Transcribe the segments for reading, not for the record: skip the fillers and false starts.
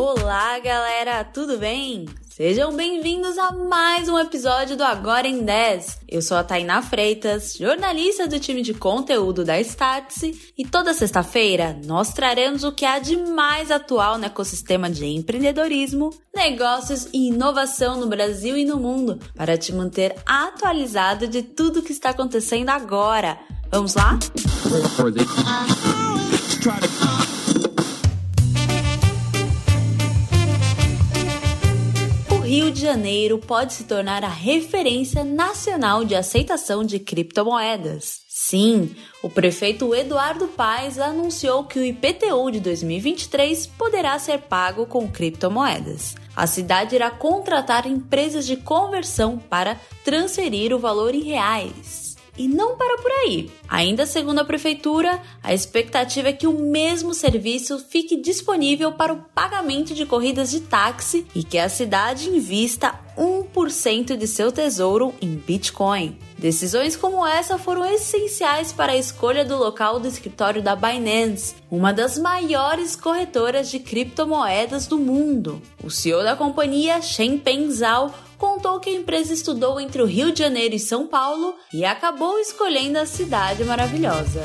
Olá, galera, tudo bem? Sejam bem-vindos a mais um episódio do Agora em 10. Eu sou a Tainá Freitas, jornalista do time de conteúdo da Startse, e toda sexta-feira nós traremos o que há de mais atual no ecossistema de empreendedorismo, negócios e inovação no Brasil e no mundo, para te manter atualizado de tudo que está acontecendo agora. Vamos lá? Rio de Janeiro pode se tornar a referência nacional de aceitação de criptomoedas. Sim, o prefeito Eduardo Paes anunciou que o IPTU de 2023 poderá ser pago com criptomoedas. A cidade irá contratar empresas de conversão para transferir o valor em reais. E não para por aí. Ainda segundo a prefeitura, a expectativa é que o mesmo serviço fique disponível para o pagamento de corridas de táxi e que a cidade invista 1% de seu tesouro em Bitcoin. Decisões como essa foram essenciais para a escolha do local do escritório da Binance, uma das maiores corretoras de criptomoedas do mundo. O CEO da companhia, Changpeng Zhao, contou que a empresa estudou entre o Rio de Janeiro e São Paulo e acabou escolhendo a cidade maravilhosa.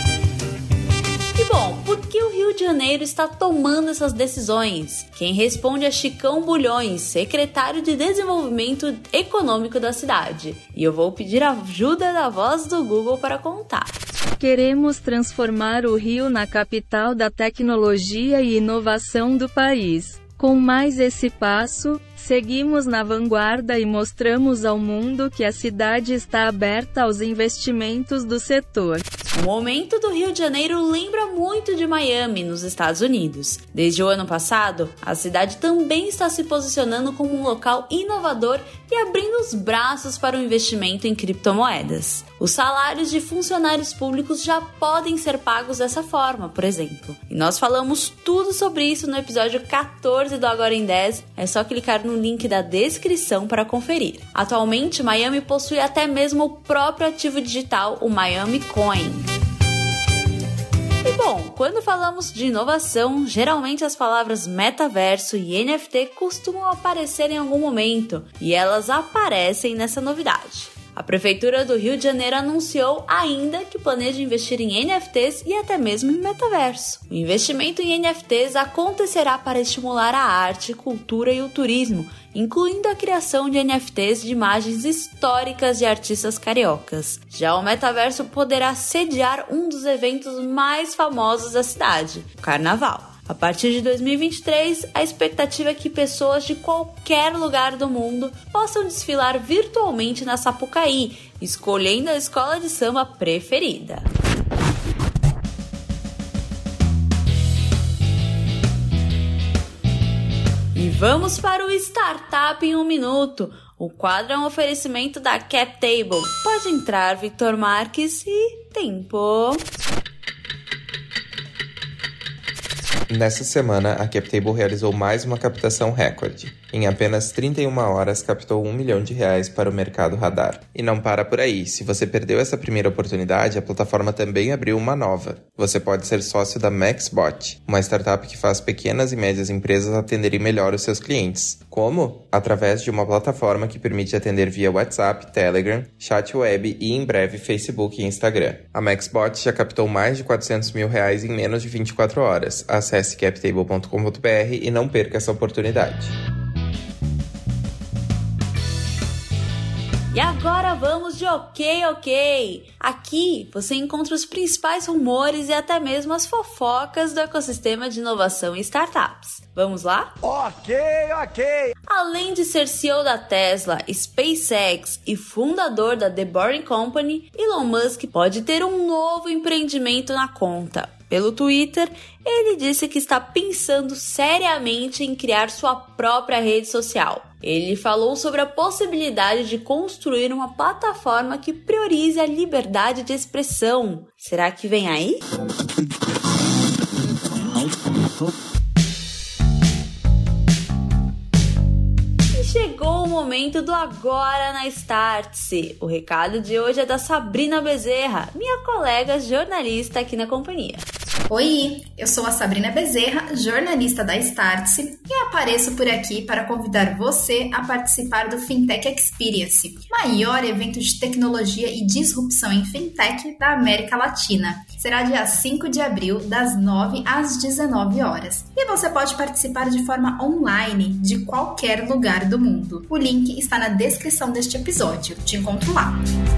E bom, por que o Rio de Janeiro está tomando essas decisões? Quem responde é Chicão Bulhões, secretário de Desenvolvimento Econômico da cidade. E eu vou pedir a ajuda da voz do Google para contar. Queremos transformar o Rio na capital da tecnologia e inovação do país. Com mais esse passo, seguimos na vanguarda e mostramos ao mundo que a cidade está aberta aos investimentos do setor. O momento do Rio de Janeiro lembra muito de Miami, nos Estados Unidos. Desde o ano passado, a cidade também está se posicionando como um local inovador e abrindo os braços para o investimento em criptomoedas. Os salários de funcionários públicos já podem ser pagos dessa forma, por exemplo. E nós falamos tudo sobre isso no episódio 14 do Agora em 10, é só clicar no link da descrição para conferir. Atualmente, Miami possui até mesmo o próprio ativo digital, o Miami Coin. E bom, quando falamos de inovação, geralmente as palavras metaverso e NFT costumam aparecer em algum momento, e elas aparecem nessa novidade. A Prefeitura do Rio de Janeiro anunciou ainda que planeja investir em NFTs e até mesmo em metaverso. O investimento em NFTs acontecerá para estimular a arte, cultura e o turismo, incluindo a criação de NFTs de imagens históricas de artistas cariocas. Já o metaverso poderá sediar um dos eventos mais famosos da cidade, o Carnaval. A partir de 2023, a expectativa é que pessoas de qualquer lugar do mundo possam desfilar virtualmente na Sapucaí, escolhendo a escola de samba preferida. E vamos para o Startup em um Minuto. O quadro é um oferecimento da CapTable. Pode entrar, Victor Marques, e tempo. Nessa semana, a CapTable realizou mais uma captação recorde. Em apenas 31 horas, captou R$1 milhão para o mercado radar. E não para por aí. Se você perdeu essa primeira oportunidade, a plataforma também abriu uma nova. Você pode ser sócio da MaxBot, uma startup que faz pequenas e médias empresas atenderem melhor os seus clientes. Como? Através de uma plataforma que permite atender via WhatsApp, Telegram, chat web e, em breve, Facebook e Instagram. A MaxBot já captou mais de R$400 mil em menos de 24 horas. Acesse captable.com.br e não perca essa oportunidade. E agora vamos de OK. Aqui você encontra os principais rumores e até mesmo as fofocas do ecossistema de inovação e startups. Vamos lá? OK. Além de ser CEO da Tesla, SpaceX e fundador da The Boring Company, Elon Musk pode ter um novo empreendimento na conta. Pelo Twitter, ele disse que está pensando seriamente em criar sua própria rede social. Ele falou sobre a possibilidade de construir uma plataforma que priorize a liberdade de expressão. Será que vem aí? E chegou o momento do Agora na Startse. O recado de hoje é da Sabrina Bezerra, minha colega jornalista aqui na companhia. Oi, eu sou a Sabrina Bezerra, jornalista da Startse, e apareço por aqui para convidar você a participar do Fintech Experience, maior evento de tecnologia e disrupção em fintech da América Latina. Será dia 5 de abril, das 9 às 19 horas. E você pode participar de forma online, de qualquer lugar do mundo. O link está na descrição deste episódio. Te encontro lá.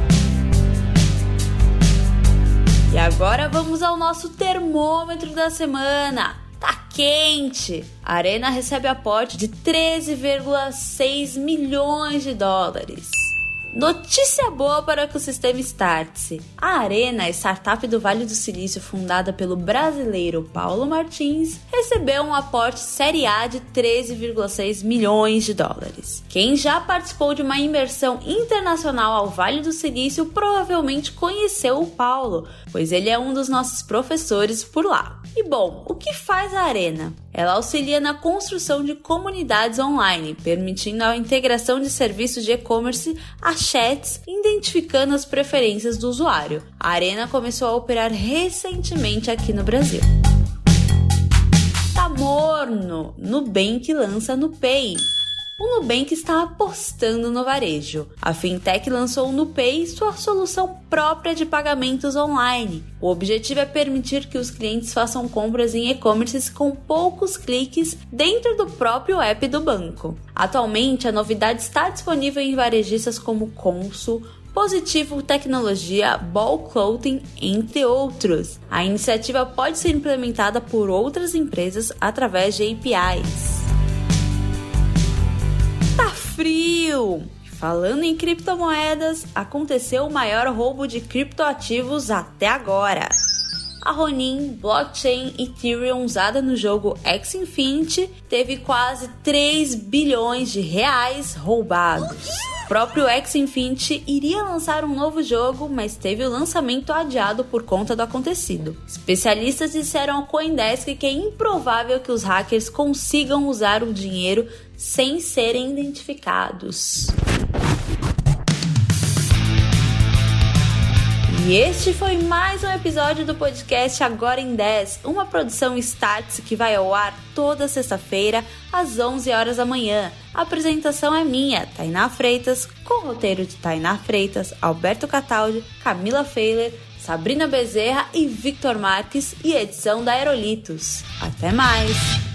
E agora vamos ao nosso termômetro da semana. Tá quente! A Arena recebe aporte de 13,6 milhões de dólares. Notícia boa para o ecossistema Startse. A Arena, startup do Vale do Silício fundada pelo brasileiro Paulo Martins, recebeu um aporte Série A de 13,6 milhões de dólares. Quem já participou de uma imersão internacional ao Vale do Silício provavelmente conheceu o Paulo, pois ele é um dos nossos professores por lá. E bom, o que faz a Arena? Ela auxilia na construção de comunidades online, permitindo a integração de serviços de e-commerce a chats, identificando as preferências do usuário. A Arena começou a operar recentemente aqui no Brasil. Tá morno! Nubank lança NuPay. O Nubank está apostando no varejo. A fintech lançou o NuPay, sua solução própria de pagamentos online. O objetivo é permitir que os clientes façam compras em e-commerce com poucos cliques dentro do próprio app do banco. Atualmente, a novidade está disponível em varejistas como Consul, Positivo Tecnologia, Ball Clothing, entre outros. A iniciativa pode ser implementada por outras empresas através de APIs. Tá frio! Falando em criptomoedas, aconteceu o maior roubo de criptoativos até agora. A Ronin, blockchain Ethereum usada no jogo Axie Infinity, teve quase 3 bilhões de reais roubados. O próprio Axie Infinity iria lançar um novo jogo, mas teve o lançamento adiado por conta do acontecido. Especialistas disseram ao CoinDesk que é improvável que os hackers consigam usar o dinheiro sem serem identificados. E este foi mais um episódio do podcast Agora em 10, uma produção Startse que vai ao ar toda sexta-feira às 11 horas da manhã. A apresentação é minha, Tainá Freitas, com roteiro de Tainá Freitas, Alberto Cataldi, Camila Feiler, Sabrina Bezerra e Victor Marques e edição da Aerolitos. Até mais!